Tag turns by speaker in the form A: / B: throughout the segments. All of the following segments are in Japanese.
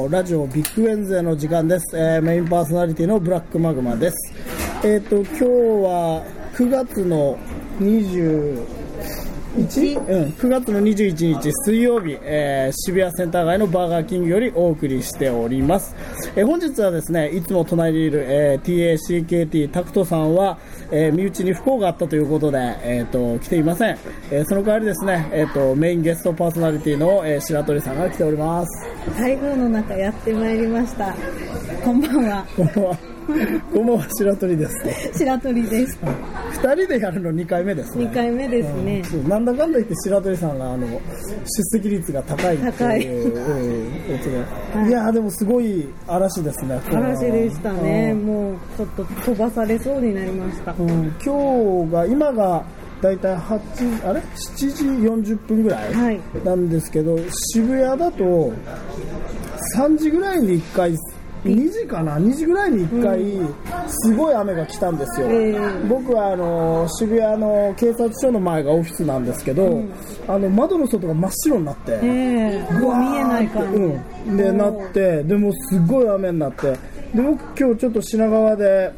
A: ラジオビッグウェンズデーの時間です。メインパーソナリティのブラックマグマです。今日は9月の9月の21日水曜日、渋谷センター街のバーガーキングよりお送りしております。本日はですね、いつも隣にいる、TACKT タクトさんは、身内に不幸があったということで、来ていません。その代わりですね、メインゲストパーソナリティの、白鳥さんが来ております。
B: 台風の中やってまいりました。こんばんは。
A: こんばんは。こんばんは、白鳥です。
B: 白鳥です。
A: 2人でやるの2回目ですね。
B: 2回目ですね。
A: なんだかんだ言って白鳥さんが出席率が高いっていうことで、はい、いやでもすごい嵐ですね。
B: 嵐でしたね。もうちょっと飛ばされそうになりました。
A: 今がだいたい7時40分ぐらいなんですけど、渋谷だと3時ぐらいに1回2時かな2時ぐらいに1回すごい雨が来たんですよ。僕は渋谷の警察署の前がオフィスなんですけど、窓の外が真っ白になって、
B: もう見えない感
A: じ、でなって、でもすごい雨になって、で僕今日ちょっと品川で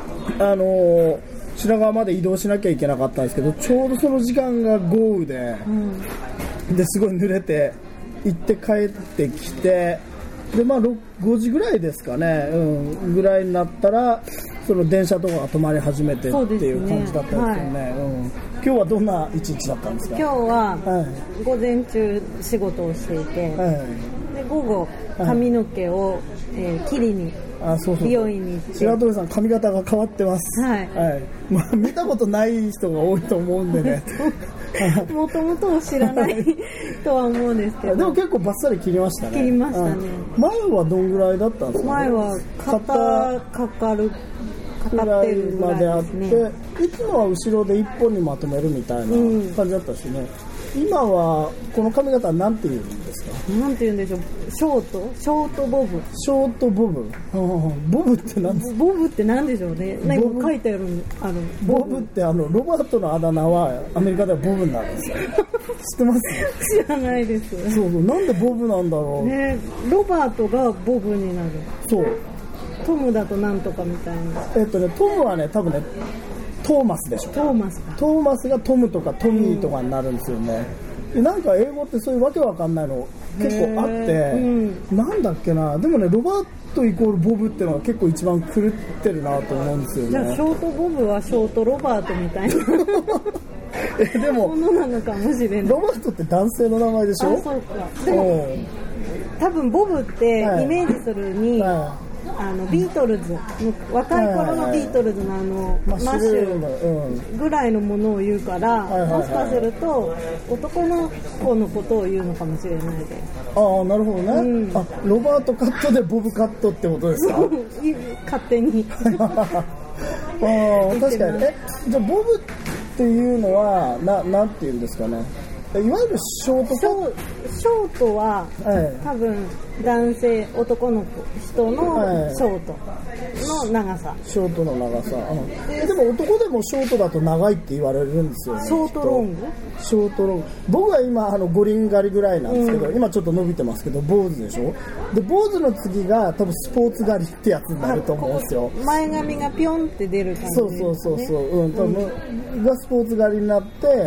A: 品川まで移動しなきゃいけなかったんですけど、ちょうどその時間が豪雨で、ですごい濡れて行って帰ってきて、で5時ぐらいですかね、ぐらいになったらその電車とかが止まり始めてっていう感じだったんですよね。今日はどんな一日だったんですか？
B: 今日は午前中仕事をしていて、で午後髪の毛を、切りに美容院に行って。
A: 白鳥さん髪型が変わってます。見たことない人が多いと思うんでね
B: もともと知らないとは思うんですけど、
A: でも結構バッサリ切りましたね。
B: 切りましたね。
A: 前はどんぐらいだったんですか？
B: 前は肩かかってるぐらいですね。
A: いつもは後ろで一本にまとめるみたいな感じだったしね。今はこの髪型は何て言うんですか？
B: 何て言うんでしょう。ショートボブ。
A: ショートボブ。ボブって何ですか？
B: ボブって何でしょうね。何か書いてある
A: ボブってロバートのあだ名はアメリカではボブになるんですよ。知ってます？
B: 知らないです。
A: そうなんでボブなんだろう。
B: ね、ロバートがボブになる。
A: そう。
B: トムだとなんとかみたいな。
A: トムはね多分ね。トーマスでしょ。
B: トーマス
A: がトムとかトミーとかになるんですよね。なんか英語ってそういうわけわかんないの結構あって、なんだっけな、でもねロバートイコールボブっていうのが結構一番狂ってるなと思うんですよね。
B: じゃあショートボブはショートロバートみたいな
A: でも
B: ものなのかもしれない。
A: ロバートって男性の名前でしょ。
B: あ、そうか。でも多分ボブってイメージするに、ビートルズ、若い頃のビートルズのマッシュぐらいのものを言うから、もしかすると男の子のことを言うのかもしれないです。
A: ああ、なるほどね。ロバートカットでボブカットってことですか？
B: 勝手に
A: 確かに。じゃあボブっていうのはなんて言うんですかね。いわゆるショ
B: ートは、多分男性男の人のショートの長さ、
A: ショートの長さ、でも男でもショートだと長いって言われるんですよね。
B: ショートロング。
A: 僕は今五輪狩りぐらいなんですけど、今ちょっと伸びてますけど坊主でしょ。で坊主の次が多分スポーツ狩りってやつになると思うんですよ。
B: 前髪がピョンって出る感じですね。
A: そう、多分がスポーツ狩りになって、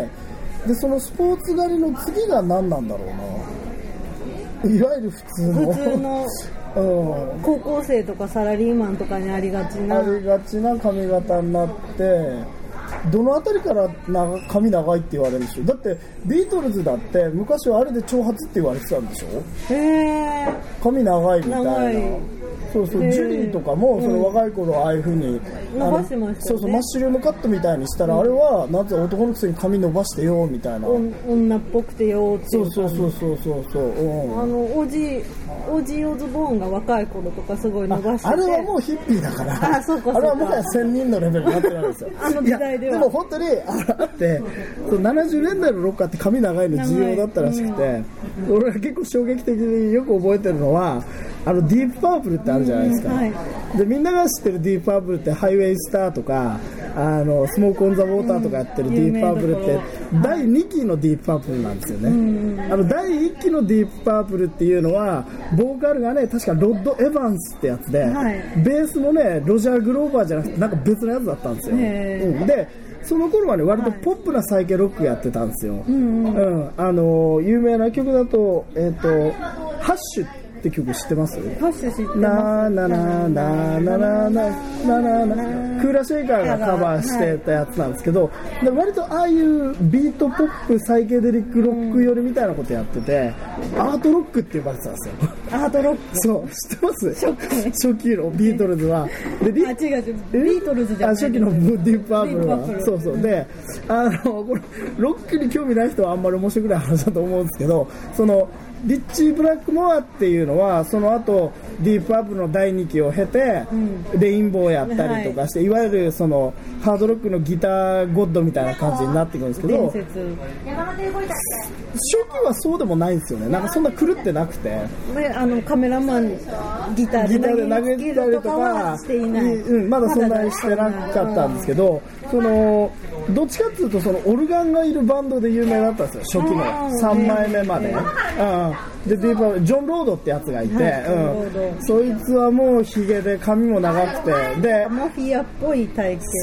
A: でそのスポーツ狩りの次が何なんだろうな。いわゆる普通の
B: 高校生とかサラリーマンとかにありがちな
A: 髪型になって、どのあたりから髪長いって言われるんでしょう。だってビートルズだって昔はあれで長髪って言われてたんでしょ。髪長いみたいな。そうジュリーとかもその若い頃ああいう風に
B: 伸ばしてましたよね。
A: マッシュルームカットみたいにしたら、あれはなんて男のくせに髪伸ばしてよみたいな、
B: 女っぽくてよっていう。
A: そう
B: オジオズボーンが若い頃とかすごい伸ばしてて、
A: あれはもうヒッピーだから、あれはもはや仙人のレベルになってるんですよ
B: 時代では。
A: でも本当にあって70年代のロッカーって髪長いの重要だったらしくて、俺は結構衝撃的によく覚えてるのはディープパープルってあるじゃないですか、でみんなが知ってるディープパープルってハイウェイスターとかスモークオンザウォーターとかやってるディープパープルって第2期のディープパープルなんですよね。第1期のディープパープルっていうのはボーカルがね確かロッド・エヴァンスってやつで、ベースもねロジャー・グローバーじゃなくてなんか別のやつだったんですよ。でその頃はね割とポップなサイケロックやってたんですよ。有名な曲だとハッシュって曲知ってます？
B: ハッシュ知ってます。
A: なななななななななクーラーシェイカーがカバーしてたやつなんですけど、で割とああいうビートポップサイケデリックロック寄りみたいなことやってて、アートロックって呼ばれてたんですよ。
B: アートロック。
A: そう知ってます？初期のビートルズは。
B: 違うビートルズじゃない。
A: 初期のディープパープルはそうでこれロックに興味ない人はあんまり面白くない話だと思うんですけど、そのリッチー・ブラックモアっていうのはその後ディープアップの第2期を経て、レインボーやったりとかして、いわゆるそのハードロックのギターゴッドみたいな感じになってくるんですけど、初期はそうでもないんですよね。なんかそんな狂ってなくて、
B: カメラマンギターで
A: 投げたりとか
B: していない、
A: まだそんなにしてなかったんですけど、そのどっちかっていうとそのオルガンがいるバンドで有名だったんですよ、初期の3枚目まで。でディープジョン・ロードってやつがいて、そいつはもうヒゲで髪も長くて、で
B: マフィアっぽい体型、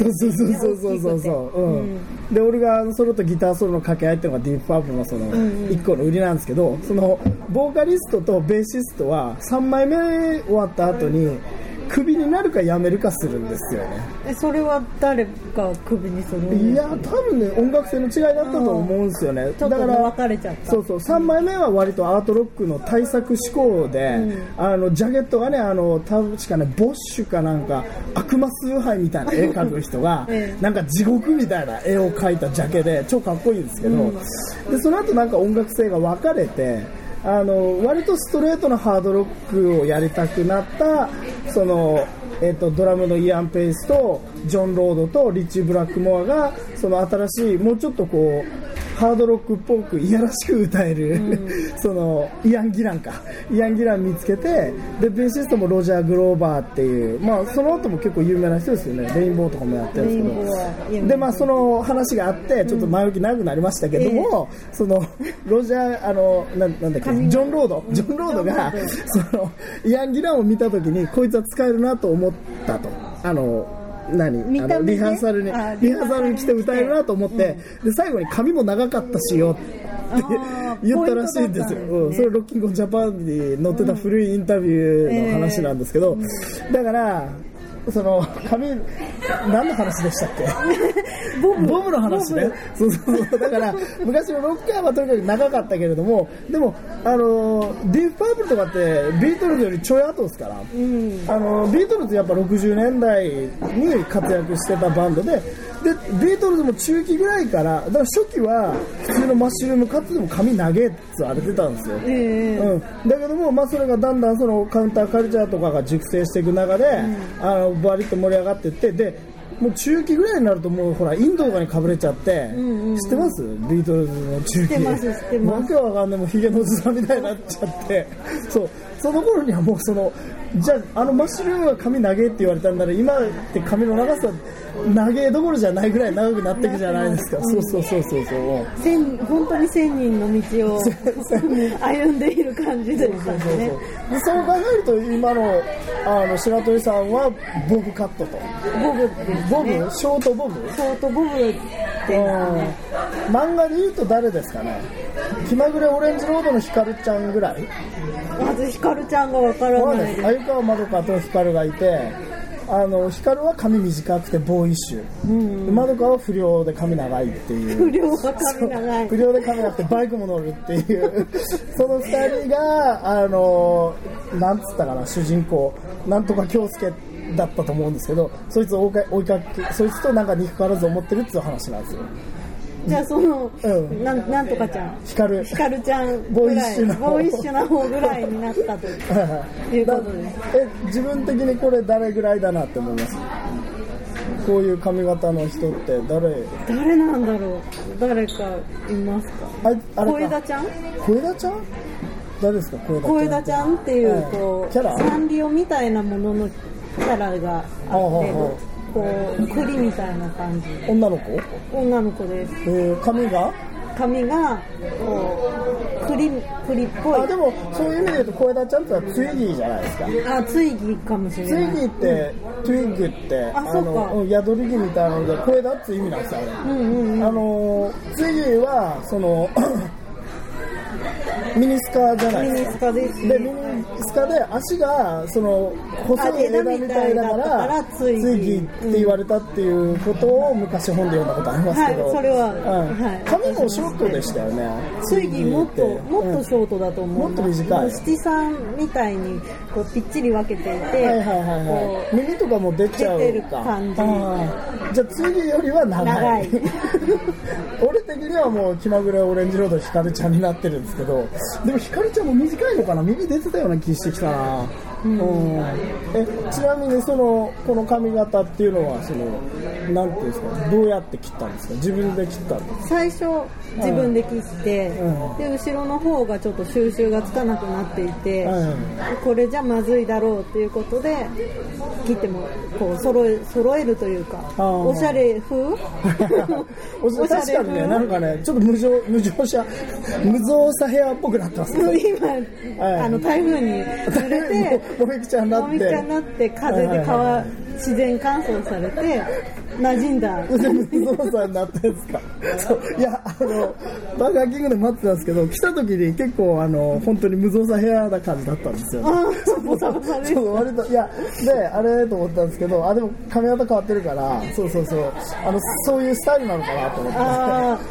A: でオルガンソロとギターソロの掛け合いっていうのがディープパープルのその1個の売りなんですけど、そのボーカリストとベーシストは3枚目終わった後にクビになるか辞めるかするんですよね。
B: それは誰がクビにするの？
A: いや多分ね音楽性の違いだったと思うんですよね。
B: ちょっと分かれちゃった。
A: そう3枚目は割とアートロックの対策志向で、ジャケットがね確かねボッシュかなんか悪魔崇拝みたいな絵描く人が、なんか地獄みたいな絵を描いたジャケで超かっこいいんですけど、でその後なんか音楽性が分かれて、割とストレートなハードロックをやりたくなったその、ドラムのイアン・ペイスとジョン・ロードとリッチー・ブラックモアがその新しいもうちょっとこうハードロックっぽくいやらしく歌える、そのイアン・ギラン見つけて、でベーシストもロジャー・グローバーっていう、その後も結構有名な人ですよね。レインボーとかもやってるんですけど、でその話があってちょっと前置き長くなりましたけども、そのロジャーなんだっけジョン・ロードがそのイアン・ギランを見た時にこいつは使えるなと思ったと。リハーサルに来て歌えるなと思って、で最後に髪も長かったしよって言ったらしいんですよ。それロッキング・ジャパンに載ってた古いインタビューの話なんですけど、だからその髪何の話でしたっけ？ボブの話ね。そうだから昔のロッカーはとにかく長かったけれども、でもディープパープルとかってビートルズよりちょい後ですから、ビートルズやっぱ60年代に活躍してたバンドでビートルズも中期ぐらいから、だから初期は普通のマッシュルームカットでも髪長えって言われてたんですよ。だけども、それがだんだんそのカウンターカルチャーとかが熟成していく中で、バリッと盛り上がっていって、でもう中期ぐらいになるともうほらインドとかにかぶれちゃって、知ってます？ビートルズの中期。知ってます。わけわかんないもうヒゲのおじさんみたいになっちゃって、その頃にはもうじゃあマッシュルームが髪長えって言われたんなら今って髪の長さ長えどころじゃないぐらい長くなっていくじゃないですか。そう
B: 本当に1000人の道を歩んでいる感じですね。
A: でそう考えると今の白鳥さんはボブカットとボブショートボブって漫画で言うと誰ですかね？気まぐれオレンジロードのヒカルちゃんぐらい。
B: まずヒカルちゃんがわからないです。
A: 鮎川まどかとヒカルがいて、ヒカルは髪短くてボーイッシュ、まどかは不良で髪長いっていう。不良で髪長くてバイクも乗るっていうその2人がなんつったかな、主人公なんとか京介だったと思うんですけど、そいつを追いかけ、そいつとなんか憎からず思ってるっていう話なんですよ。
B: じゃあその、なんとかちゃんヒカルちゃん
A: ボーイッシ
B: ュな方ぐらいになったということです。
A: 自分的にこれ誰ぐらいだなって思います？こういう髪型の人って誰
B: なんだろう。誰かいますか？小枝ちゃん
A: 誰ですか？
B: 小枝ちゃんっていうこうサンリオみたいなもののキャラがあって、 こう栗みたいな感じ。
A: 女の子
B: です。
A: 髪が
B: こう栗っぽい。
A: でもそういう意味で言うと小枝ちゃんってのはツイギーじゃないですか。
B: ツイギーかもしれない。
A: ツイギーってトゥイッグって宿り木みたいなので小枝って意味なんですよ、ツイギーはそのミニスカじゃないですか。
B: ミニスカですね。
A: でミニスカで足がその細い枝みたいだからツイギーって言われたっていうことを昔本で読んだことありますけど、
B: それは、
A: 髪もショートでしたよね。
B: ツイギーもっとショートだと思う。
A: もっと短い。
B: 七三みたいにこうぴっちり分けていて、
A: 耳とかも出ちゃう
B: 感じ。
A: じゃあツイギーよりは長い。俺的にはもう気まぐれオレンジロードひかるちゃんになってるんですけど、でもひかるちゃんも短いのかな、耳出てたような気してきたな。ちなみにこの髪型っていうのはなんていうんですか、どうやって切ったんですか？自分で切ったんですか？
B: 最初自分で切って、で後ろの方がちょっと収集がつかなくなっていて、これじゃまずいだろうっていうことで切ってもこう揃えるというか、おしゃれ風
A: 確かにね、なんかねちょっと無造作ヘアっぽくなってますね。
B: 今台風に濡れて
A: もみくちゃになって
B: 風で自然乾燥されて馴染んだ。
A: 無造作になってるんですか？いやバーガーキングで待ってたんですけど、来た時に結構本当に無造作ヘアな感じだったんですよ。
B: ボサボサで
A: 割とであれと思ったんですけど、でも髪型変わってるからそういうスタイルなのかなと思って。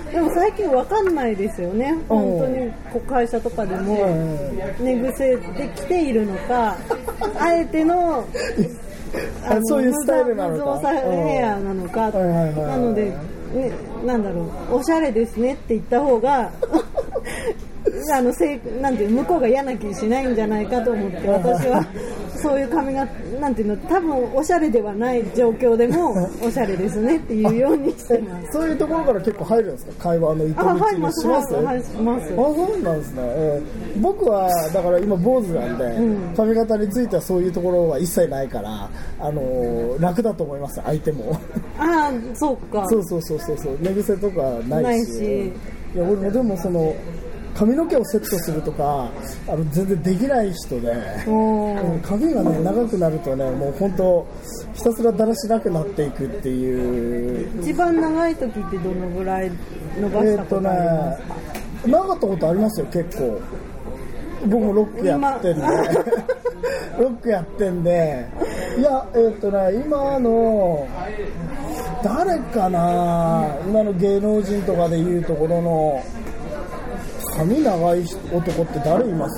B: でも最近わかんないですよね。本当に会社とかでも寝癖で来ているのか、あえての
A: そういうスタイルなのか、
B: 無造作ヘアなのか、なので、なんだろう、おしゃれですねって言った方がなんていう向こうが嫌な気しないんじゃないかと思って、私はそういう髪型なんていうの、多分おしゃれではない状況でもおしゃれですねっていうようにしてます。
A: そういうところから結構入るんですか？会話の糸口にします？
B: はい、します。
A: そうなんですね。僕はだから今坊主なんで、髪型についてはそういうところは一切ないから楽だと思います、相手も。
B: そうか。
A: そう寝癖とかないし。いや俺もでも髪の毛をセットするとか全然できない人で、髪がね長くなるとね、もう本当ひたすらだらしなくなっていくっていう。
B: 一番長い時ってどのぐらい伸ばしたことありますか？
A: 長かったことありますよ、結構。僕もロックやってんでいや今の誰かな、今の芸能人とかでいうところの髪長い男って誰います？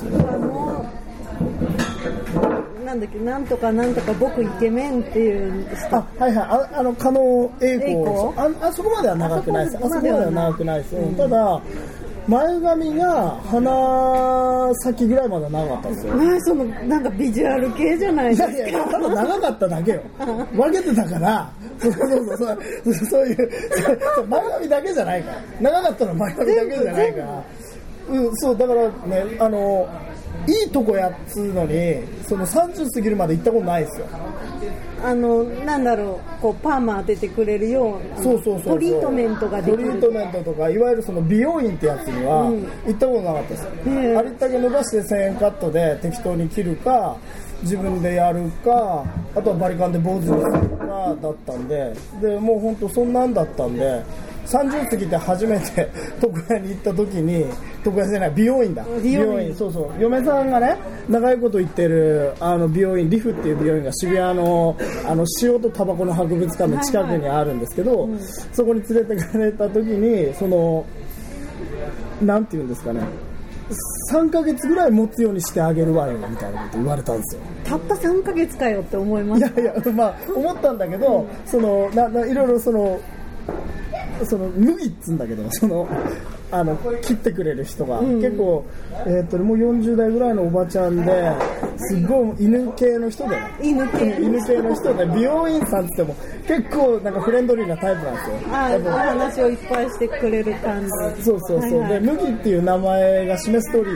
B: なんだっけ、なんとか僕イケメンっていう人。
A: 狩野英孝。あそこまでは長くないです。ただ前髪が鼻先ぐらいまで長かったんですよ。
B: なんかビジュアル系じゃないですか。
A: いやただ長かっただけよ。分けてたからそういう前髪だけじゃないから、長かったのは前髪だけじゃないから、だからねいいとこやっつうのに30過ぎるまで行ったことないですよ。
B: なんだろう、こうパーマ当ててくれるようなトリートメントができる。
A: トリートメントとかいわゆる美容院ってやつには行ったことなかったです。ありったけ伸ばして1000円カットで適当に切るか自分でやるか、あとはバリカンで坊主にするかだったんで、もう本当そんなんだったんで、30過ぎて初めて床屋に行った時に、床屋じゃない、美容院だ。美容院。嫁さんがね、長いこと行ってる美容院、リフっていう美容院が渋谷の塩とタバコの博物館の近くにあるんですけど、そこに連れてかれた時になんていうんですかね、3ヶ月ぐらい持つようにしてあげるわよみたいなこと言われたんですよ。
B: たった3ヶ月かよって思います。
A: いや思ったんだけど、いろいろ麦っつんだけど切ってくれる人が、結構もう40代ぐらいのおばちゃんで、すっごい犬系の人で、犬系の人で、美容院さんって言っても結構なんかフレンドリーなタイプなんですよ。
B: お話をいっぱいしてくれる感じ。
A: で麦っていう名前が示す通り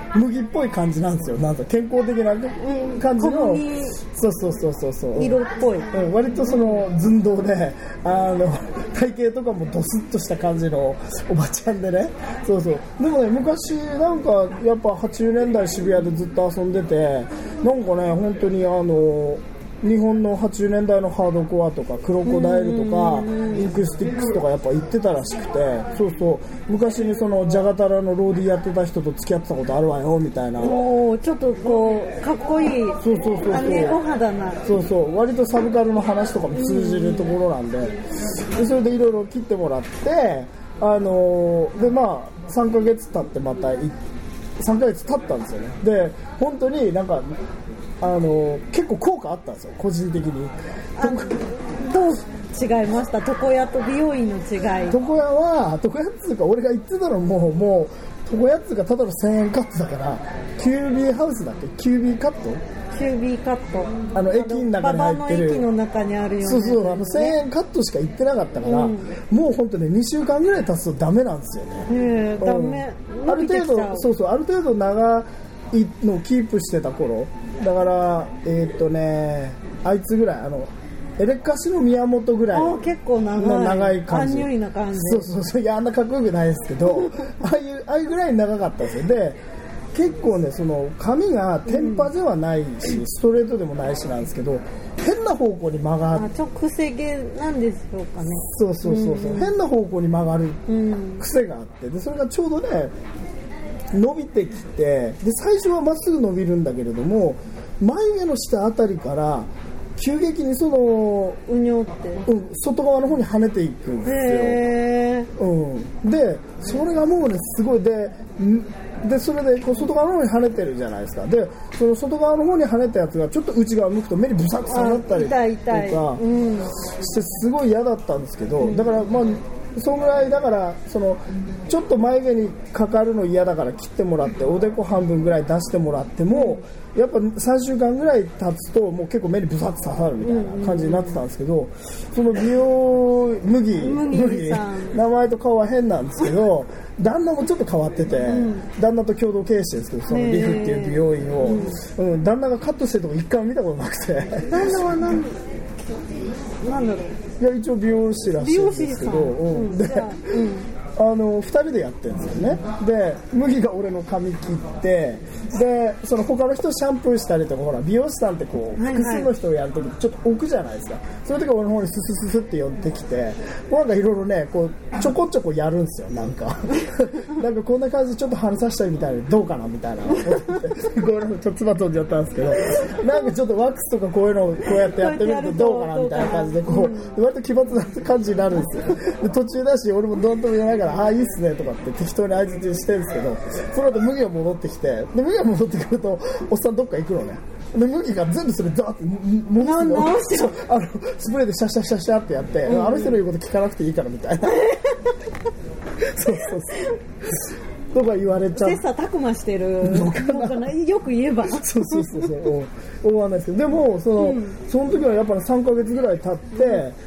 A: 麦っぽい感じなんですよ。なんか健康的な感じの、そう
B: 色っぽい、
A: 割とその寸胴で体型とかもドスッとした感じのおばちゃんでね。でもね、昔なんかやっぱ80年代渋谷でずっと遊んでて、なんかね本当に日本の80年代のハードコアとかクロコダイルとかインクスティックスとかやっぱ行ってたらしくて、昔にそのジャガタラのローディーやってた人と付き合ってたことあるわよみたいな。
B: ちょっとこうかっこいい、お肌な、
A: 割とサブカルの話とかも通じるところなんで、それでいろいろ切ってもらって、でまあ3ヶ月経ってまた3ヶ月経ったんですよね。で本当になんか結構効果あったんですよ、個人的に。
B: どう違いました？床屋と美容院の違い。
A: 床屋っていうか、俺が言ってたのもう床屋っていうかただの1000円カットだから、キュービーハウスだっけ、キュービーカット、
B: キュービーカット、
A: 駅の中に入ってる、
B: 馬場の駅の中にあるよね。
A: 1000円カットしか行ってなかったから、もう本当ね2週間ぐらい経つとダメなんですよね。
B: ダメ、
A: ある程度ある程度長いのをキープしてた頃だから、あいつぐらいエレカシの宮本ぐらい
B: 結構長い
A: 感じ、
B: アンニュイな感じ。
A: いや、あんなかっこよくないですけどああいうぐらい長かったんですよ。で結構ね、その髪がテンパではないし、ストレートでもないしなんですけど、変な方向に曲がる、
B: ちょっと癖毛なんでしょうかね。
A: 変な方向に曲がる癖があって、でそれがちょうどね伸びてきて、で最初はまっすぐ伸びるんだけれども、眉毛の下あたりから急激に
B: うにょって、
A: 外側の方に跳ねていくんですよ。でそれがもうねすごいでそれでこう外側の方に跳ねてるじゃないですか。でその外側の方に跳ねたやつがちょっと内側向くと目にブサッと下がったりとかしてすごい嫌だったんですけど、だからまあそのぐらいだから、ちょっと眉毛にかかるの嫌だから切ってもらって、おでこ半分ぐらい出してもらっても、やっぱ3週間ぐらい経つともう結構目にブサッと刺さるみたいな感じになってたんですけど、その美容麦名前と顔は変なんですけど、旦那もちょっと変わってて、旦那と共同経営してるんですけど、そのリフっていう美容院を、旦那がカットしてるとこ一回も見たことなくて。
B: 旦那はなんだろう、
A: いや一応美容師らしいんですけど、2人でやってるんですよね。で麦が俺の髪切って、でその他の人シャンプーしたりとか、ほら美容師さんってこう複数の人をやるときちょっと置くじゃないですか。そういう時俺の方にススススって寄ってきて、なんかいろいろねこうちょこちょこやるんですよ。なんかこんな感じでちょっと話させたいみたいな、どうかなみたいな思ってこれちょっと唾飛んじゃったんですけど、なんかちょっとワックスとかこういうのをこうやってやってみるとどうかなみたいな感じでこう割と奇抜な感じになるんですよ。で途中だし俺もどんとも言わないから、ああいいっすねとかって適当に相槌してるんですけど、その後麦が戻ってきて、で麦が戻ってくるとおっさんどっか行くのね。で麦が全部それザーって戻すの、スプレーでシャシャシャシャってやって、あの人の言うこと聞かなくていいからみたいなとか言われちゃう。
B: 切磋琢磨してるのかな、よく言えば。
A: 思わないですけど、でもその時はやっぱり3ヶ月ぐらい経って、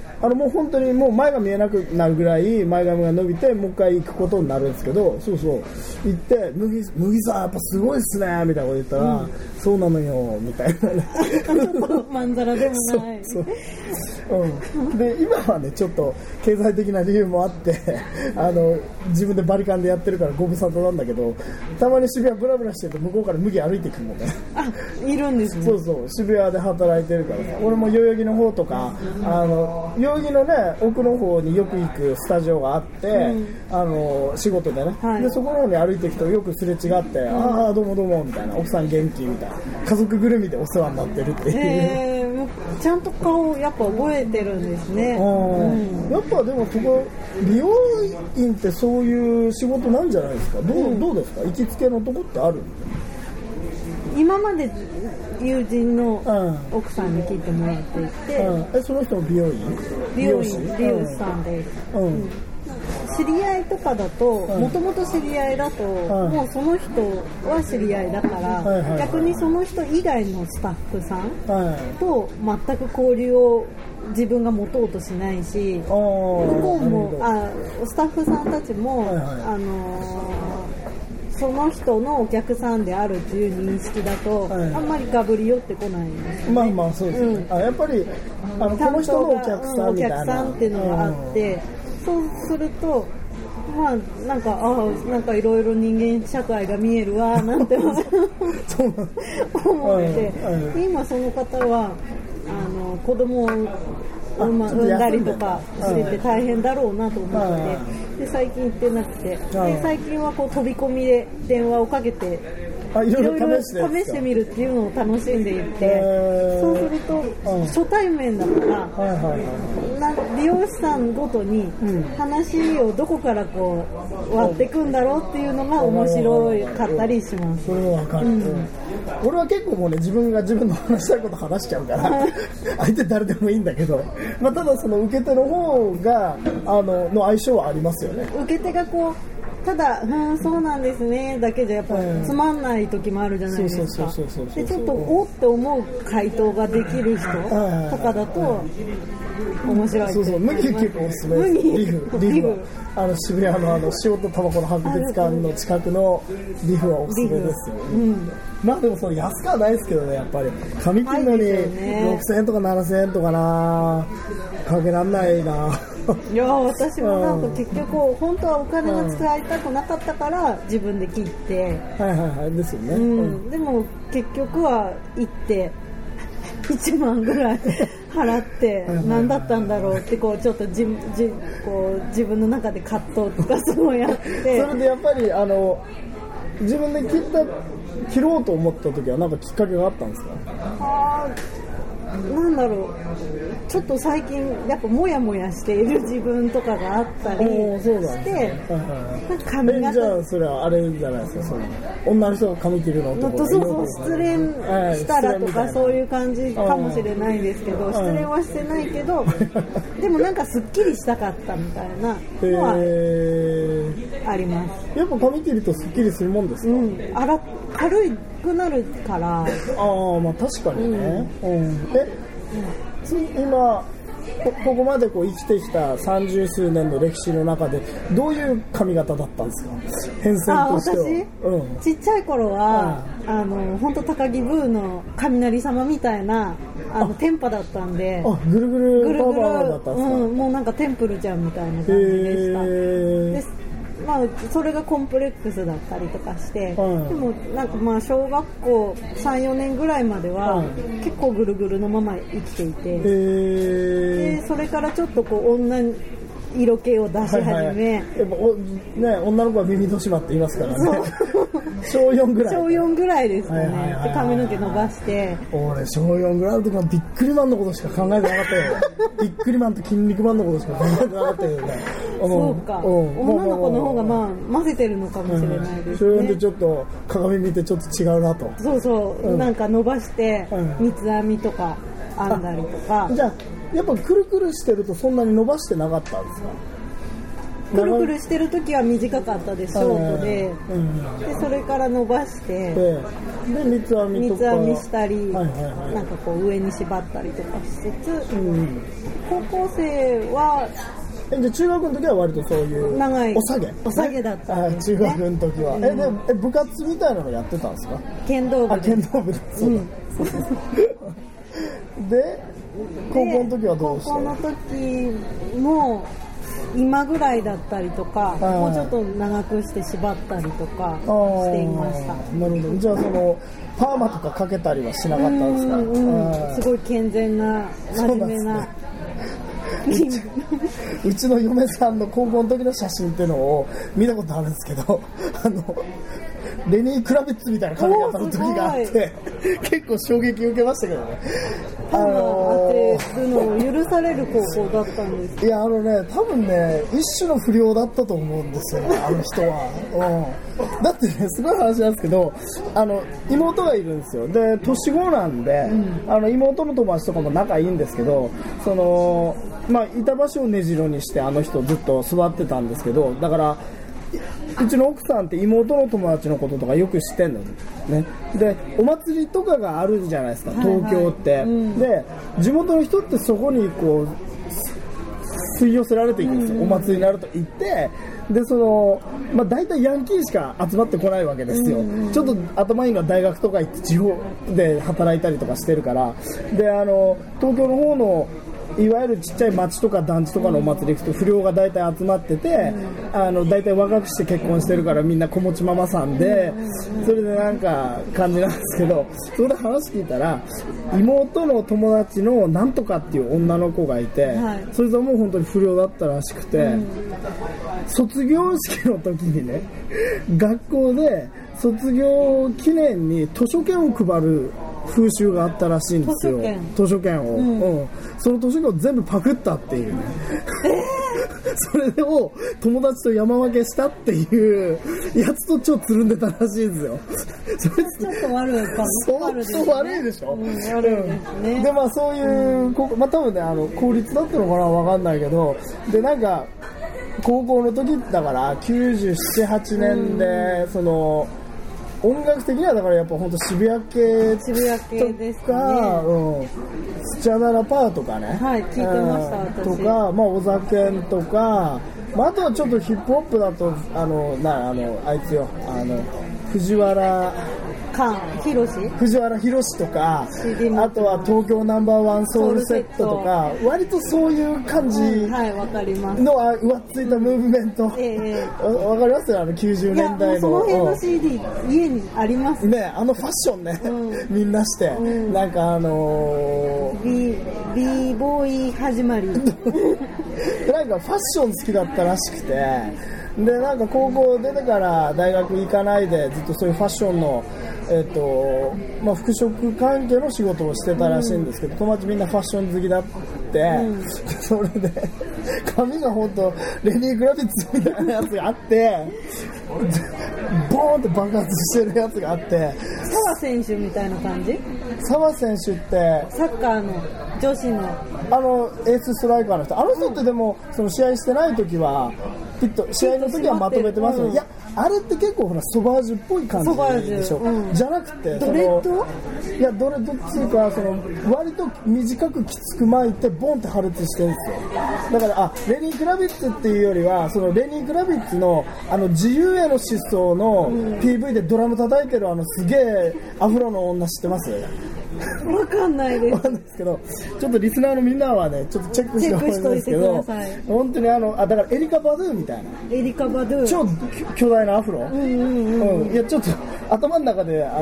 A: もう本当にもう前が見えなくなるぐらい前髪が伸びて、もう一回行くことになるんですけど、行って麦さんやっぱすごいっすねみたいなこと言ったら、そうなのよみたいなね
B: まんざらでもない。
A: で今はねちょっと経済的な理由もあって自分でバリカンでやってるからご無沙汰なんだけど、たまに渋谷ブラブラしてると向こうから麦歩いてくるのね。
B: いるんですね。
A: 渋谷で働いてるからさ、俺も代々木の方とか代々木のね奥の方によく行くスタジオがあって、仕事でね、でそこの方に歩いていくとよくすれ違って、ああどうもどうもみたいな、奥さん元気みたいな、家族ぐるみでお世話になってるっていう、
B: ちゃんと顔やっぱ覚えてるんですね。
A: やっぱでもそこ美容院ってそういう仕事なんじゃないですか。どうですか、行きつけのとこってある？
B: 今まで友人の奥さんに聞いてもらっていて、
A: その人も美容院？
B: 美容師さんです。知り合いとかだと、もともと知り合いだと、もうその人は知り合いだから、逆にその人以外のスタッフさんと全く交流を自分が持とうとしないし、向こうもスタッフさんたちも、 その人のお客さんであるっていう認識だと、あんまりガブり寄ってこないんですよね。
A: まあまあそうですね、やっぱりこの人のお客さんみたいな、
B: お客さんっていうのがあって、そうするとまあなんかいろいろ人間社会が見えるわなんて思って、今その方は子供を産んだりとかしてて大変だろうなと思ってて、で最近行ってなくて、で最近はこう飛び込みで電話をかけていろいろ試してみるっていうのを楽しんでいて、そうすると初対面だから美容師さんごとに話をどこからこう割っていくんだろうっていうのが面白かったりします。
A: それは分かる、俺は結構もうね自分が自分の話したいこと話しちゃうから相手誰でもいいんだけど、まあ、ただその受け手の方がの相性はありますよね。
B: 受け手がこうただ、そうなんですねだけじゃやっぱつまんない時もあるじゃないですか。でちょっとおって思う回答ができる人とかだと面白い。
A: そう麦結構おすすめです。リフ渋谷の塩とタバコの博物館の近くのリフはおすすめですよ、まあでもその安くはないですけどね、やっぱり髪切るのに6000円とか7000円とかなかけらんないな。
B: いや私もなんか結局本当はお金が使いたくなかったから自分で切って、
A: ですよね、
B: でも結局は行って1万ぐらい払って何だったんだろうってこうちょっとこう自分の中で葛藤とかすごいやって
A: それでやっぱり自分で切ろうと思った時は何かきっかけがあったんですか？
B: なんだろう、ちょっと最近やっぱモヤモヤしている自分とかがあったりして髪型、
A: じゃあそれはあれじゃないですか、その女の人が髪切るのとか
B: そう失恋したらとかそういう感じかもしれないんですけど、失恋はしてないけどでもなんかすっきりしたかったみたいなのはあります。
A: やっぱ髪切るとすっきりするもんですか？
B: 軽くなるから。
A: まあ確かにね、今ここまでこう生きてきた30数年の歴史の中でどういう髪型だったんですか？変遷としては。
B: 私、ちっちゃい頃は本当高木ブーの雷様みたいな天パだったんで、
A: ぐるぐるパワーだったんですか？
B: もうなんかテンプルちゃんみたいな感じでした。まあ、それがコンプレックスだったりとかして、でもなんかまあ小学校 3,4 年ぐらいまでは結構ぐるぐるのまま生きていて、でそれからちょっとこう女色気を出し始め、
A: やっぱ女の子は耳戸島って言いますからね。小4ぐらい
B: ですかね。で髪の毛伸ばして、
A: 俺小4ぐらいの時はビックリマンのことしか考えてなかったよ。ビックリマンと筋肉マンのことしか考えてなかったよね。
B: そうか、女の子の方がまあ混ぜてるのかもしれないですね。
A: 小4でちょっと鏡見てちょっと違うなと。
B: そう、なんか伸ばして三つ編みとか編んだりとか。
A: じゃあやっぱくるくるしてるとそんなに伸ばしてなかったんですか？
B: くるくるしてる時は短かったです、ショートで、でそれから伸ばして、で
A: 三つ編み
B: したり、なんかこう上に縛ったりとかしつつ、高校生は
A: じゃ中学の時は割とそういう
B: 長い
A: お下げだ
B: ったんです
A: ね。中学の時は、で部活みたいなのやってたんですか？
B: 剣道部です。
A: 剣道部だ。そうだ。で高校の時はどうして？
B: 高校の時も今ぐらいだったりとか、もうちょっと長くして縛ったりとかしていました。
A: なるほど。じゃあそのパーマとかかけたりはしなかったんですか？
B: すごい健全な真面目な。
A: うちの嫁さんの高校の時の写真っていうのを見たことあるんですけど、レニー・クラビッツみたいな髪型の時があって結構衝撃受けましたけどね。
B: 当てるのを許される高校だったんです。
A: いや多分ね一種の不良だったと思うんですよね、あの人は。だってねすごい話なんですけど妹がいるんですよ。で年子なんで、妹の友達とかも仲いいんですけど、板橋を根城にしてあの人ずっと座ってたんですけど、だからうちの奥さんって妹の友達のこととかよく知ってんのね。でお祭りとかがあるじゃないですか、東京って、で地元の人ってそこにこう吸い寄せられていくんですよ、お祭りになると行って、 で大体ヤンキーしか集まってこないわけですよ、ちょっと頭いいのは大学とか行って地方で働いたりとかしてるから。で東京の方のいわゆるちっちゃい町とか団地とかのお祭り行くと不良が大体集まってて、大体若くして結婚してるからみんな子持ちママさんで、それでなんか感じなんですけど、それで話聞いたら妹の友達のなんとかっていう女の子がいて、そいつはもう本当に不良だったらしくて、卒業式の時にね、学校で卒業記念に図書券を配る風習があったらしいんですよ。図書券を、その図書券を全部パクったっていうね、それを友達と山分けしたっていうやつと超つるんでたらしいんですよ。
B: ちょっと悪いかも。
A: 相当悪いでしょ。
B: 悪いですね。
A: でそういう多分ね公立だったのかなわかんないけど、でなんか高校の時だから97、8年で音楽的にはだからやっぱ本当渋谷系とか、スチャダラパーとかね、
B: はい、聞いてました私
A: とか、お酒とか、あとはちょっとヒップホップだとあいつよ藤原宏とか、あとは東京ナンバーワンソウルセットとか、割とそういう感じの上っついたムーブメント、わかりますよ90年代の。
B: その辺の CD 家にあります
A: ね、ファッションね、みんなして、なんか
B: b ボーイ始まり
A: なんかファッション好きだったらしくて、でなんか高校出てから大学行かないでずっとそういうファッションの服飾関係の仕事をしてたらしいんですけど、友達みんなファッション好きだって、それで髪が本当レニー・クラビッツみたいなやつがあってボーンって爆発してるやつがあって、
B: 澤選手みたいな感じ。
A: 澤選手って
B: サッカーの女子の
A: エースストライカーの人、あの人ってでも試合してない時はピッと試合の時はまとめてますよ、いやあれって結構ほらソバージュっぽい感じでしょ、じゃなくて
B: ドレッド？
A: いやドレッドっていうか割と短くきつく巻いてボンって破裂してるんですよ。だからレニー・クラビッツっていうよりはレニー・クラビッツの自由への失踪の PV でドラム叩いてるすげえアフロの女知ってます？
B: わかんないです。
A: わかんないですけど、ちょっとリスナーのみんんなはねちょっとチェックしてほしいんですけど、本当にだからエリカ・バドゥみたいな、
B: エリカ・バドゥ
A: 超巨大なアフロ、いやちょっと頭の中で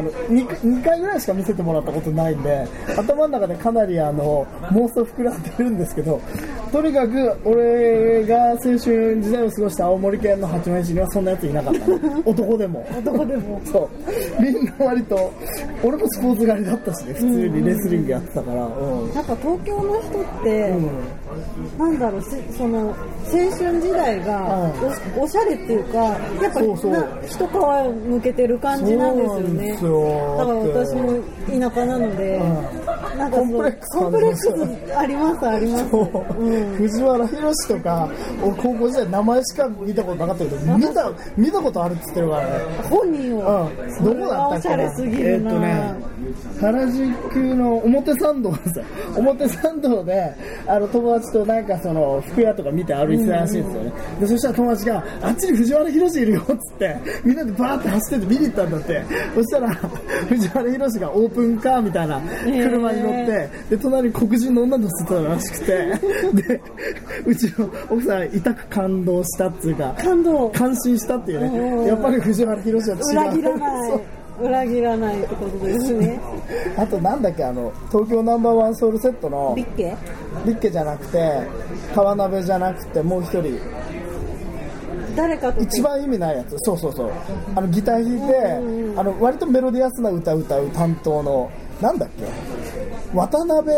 A: 2回ぐらいしか見せてもらったことないんで、頭の中でかなり妄想膨らんでるんですけど、とにかく俺が青春時代を過ごした青森県の八戸市にはそんなやついなかったね男でもそうみんな割と、俺もスポーツ狩りだったしね、普通にレスリングやってたから、
B: なんか東京の人って、なんだろう、その青春時代が おしゃれっていうか、やっぱ一皮むけてる感じなんですよね。だから私も田舎なので、なんかコンプレックスありますあります。
A: 藤原宏とか高校時代名前しか見たことなかったけど、見たことあるって言ってるからね。
B: 本人を
A: どこだったっけな、
B: おしゃれすぎるな。
A: 原宿の表参道ですよ。表参道で友達となんか服屋とか見て歩いてたらしいんですよね。でそしたら友達があっちに藤原宏いるよっつってみんなでバーって走ってて見に行ったんだって。そしたら藤原宏がオープンカーみたいな車に乗って、で隣に黒人の女の人だったらしくて、でうちの奥さん痛く感動したっていうか感心したっていうね。やっぱり藤原宏は違う。
B: 裏切らないってことですね。
A: あとなんだっけ、東京ナンバーワンソウルセットの
B: ビッケ
A: じゃなくて川鍋じゃなくてもう一人
B: 誰かと
A: 一番意味ないやつ、そうギター弾いて、割とメロディアスな歌歌う担当のなんだっけ、渡辺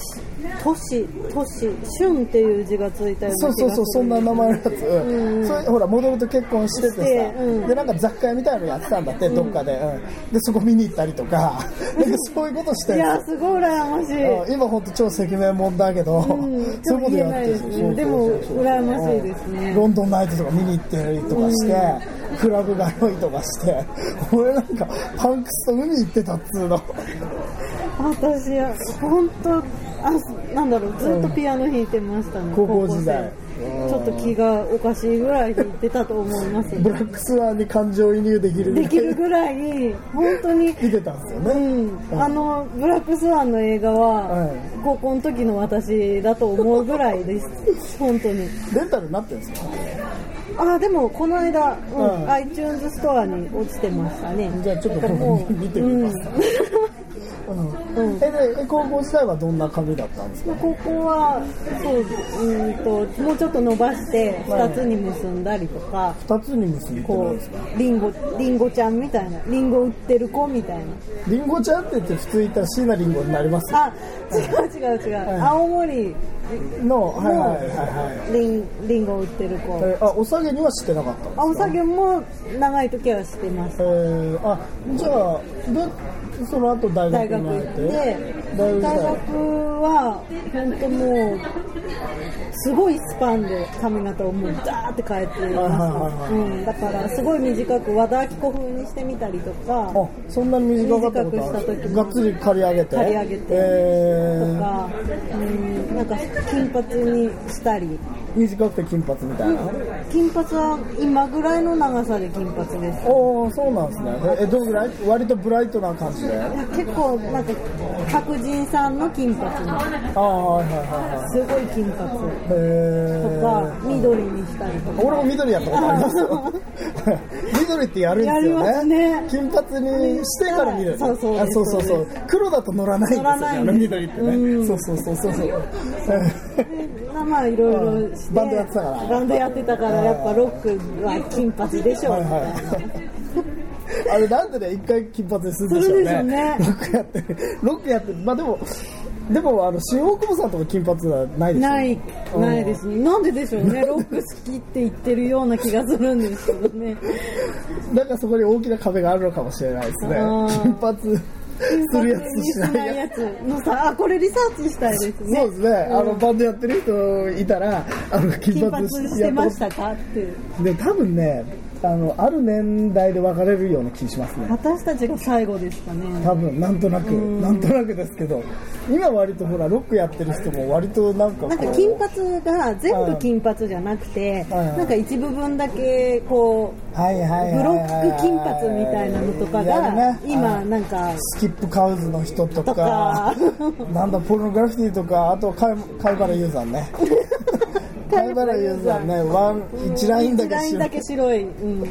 A: 俊っていう字がついたような気がする。そうそんな名前のやつ、それほらモデルと結婚しててさ、でなんか雑貨屋みたいなのやってたんだって、どっかで、でそこ見に行ったりとか、なんかそういうことしてる。
B: いやすごい羨ましい。
A: 今ほんと超赤面もんだけど、そういうことやってる。
B: でも羨ましいですね。
A: ロンドンナイトとか見に行ったりとかして、クラブ通いとかして、俺なんかパンクスと海行ってたっつうの。
B: 私本当なんだろう、ずっとピアノ弾いてましたね、
A: 高校時代。
B: ちょっと気がおかしいぐらいで言ってたと思います。
A: ブラックスワンに感情移入できる
B: ぐらい本当に
A: 見てたんですよね、
B: ブラックスワンの映画は、高校の時の私だと思うぐらいです本当に。
A: レンタルになってるんですか？
B: でもこの間、iTunes ストアに落ちてましたね。
A: じゃあちょっと見てみますか。高校時代はどんな髪だったんですか？
B: 高校はもうちょっと伸ばして2つに結んだりとか。
A: 2つに結んでこう
B: リンゴちゃんみたいな、リンゴ売ってる子みたいな。
A: リンゴちゃんって言って普通言ったら椎名林檎になりますよ。
B: 違う、青森
A: の
B: リンゴ売ってる子。
A: お下げにはしてなかったんですか？
B: お下げも長い時はしてました。
A: じゃあその後大学に行って
B: 大学は本当もうすごいスパンで髪型をもうダーって変えています。だからすごい短く和田アキ子風にしてみたりとか。
A: そんなに短かったことある？がっつり刈り上げてと
B: か、なんか金髪にしたり。
A: 短くて金髪みたいな。
B: 金髪は今ぐらいの長さで金髪です。
A: そうなんですね。どのぐらい？割とブライトな感じで。
B: 結構なんか白人さんの金髪の。すごい金髪。とか緑にしたりとか。
A: 俺も緑やったことありますよ。緑ってやるんですよね。ね。金髪にしてから緑。そう。黒だと乗らないんですよね。緑ってね。そう。
B: まあいろいろして
A: バンドやってたから。
B: バンドやってたからやっぱロックは金髪でしょ。
A: あれなんでね一回金髪にするんでしょうね。ロックやってまあでも新大久保さんとか金髪はないですよね。
B: ないですね。なんででしょうね。ロック好きって言ってるような気がするんですけどね。
A: なんかそこに大きな壁があるのかもしれないですね。金髪するやつしないやつ
B: のさ、これリサーチしたいですね。
A: そうですね。バンドやってる人いたら
B: 金髪してましたかって。
A: で多分ね。ある年代で分かれるような気しますね。
B: 私たちが最後ですかね。
A: 多分なんとなくですけど、今割とほらロックやってる人も割となんか
B: 金髪が全部金髪じゃなくて、なんか一部分だけこうブロック金髪みたいなのとかが今なんか
A: スキップカウズの人とかなんだポルノグラフィティとか、あと貝原雄山ね。貝原雄山ね、一ラインだけ
B: 白い。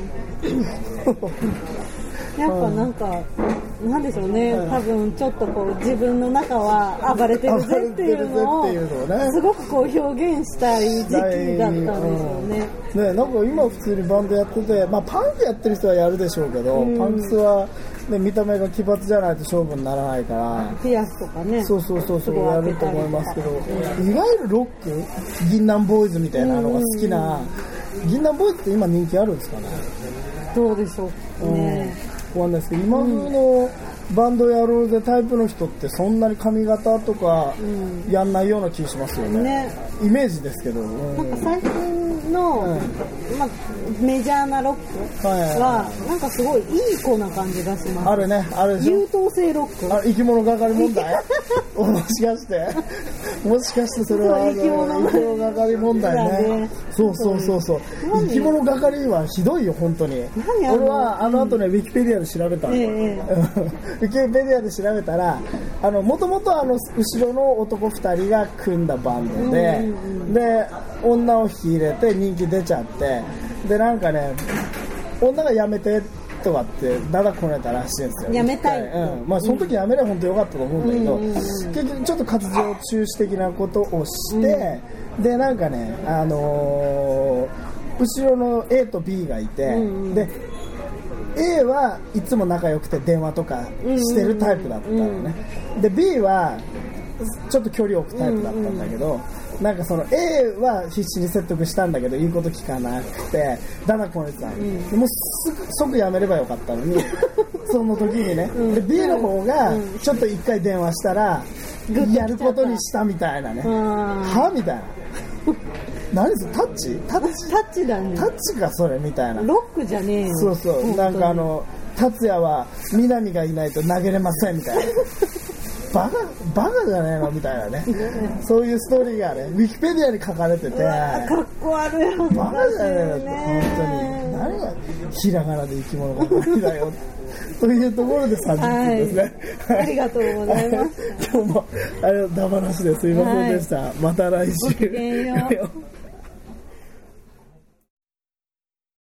B: やっぱなんかなんでしょうね、多分ちょっとこう自分の中は暴れてるぜっていうのをすごくこう表現したい時期だったんでしょうね。
A: なんか今普通にバンドやってて、パンクやってる人はやるでしょうけど、パンクスは見た目が奇抜じゃないと勝負にならないから、
B: ピアスとかね、
A: そうやると思いますけど、いわゆるロック、銀杏ボーイズみたいなのが好きな、銀杏ボーイズって今人気あるんですかね。
B: どうでしょうね。
A: わかんないですけど、今風のバンドやろうぜタイプの人ってそんなに髪型とかやんないような気しますよね。イメージですけど。
B: なんか最近の、メジャーなロックはなんかすごいいい子な感じがします。
A: あるね、あるでしょ。
B: 優等生ロック。
A: 生き物係問題？もしかしてそれは生き物係問題ね。そう。生き物係はひどいよ本当に。俺は後ねウィキペディアで調べたの。ウィキペディアで調べたら、もともと後ろの男2人が組んだバンドで、で女を引き入れて人気出ちゃって、でなんかね女が辞めてとかってだだこねたらしいんですよ。
B: 辞めたい。
A: その時辞めれば本当良かったと思うんだけど、結局ちょっと活動中止的なことをして、でなんかね後ろの A と B がいて、で A はいつも仲良くて電話とかしてるタイプだったのね。で B はちょっと距離を置くタイプだったんだけど、なんかその A は必死に説得したんだけど言うこと聞かなくてだなこねてたの。もう即やめればよかったのにその時にね。で B の方がちょっと一回電話したらやることにしたみたいなね。はみたいな。何それタッチ
B: だね。
A: タッチかそれみたいな。
B: ロックじゃねえよ。
A: そうなんか達也は南がいないと投げれませんみたいな。 バカじゃねえのみたいなねそういうストーリーがねウィキペディアに書かれてて
B: かっこ悪い
A: バカじゃねえのって本当に何がひらがなで生き物が何だよというところで30分ですね、
B: はい、ありがとうございます
A: 今日もダバなしですいませんでした、はい、また来週
B: ごきげんよう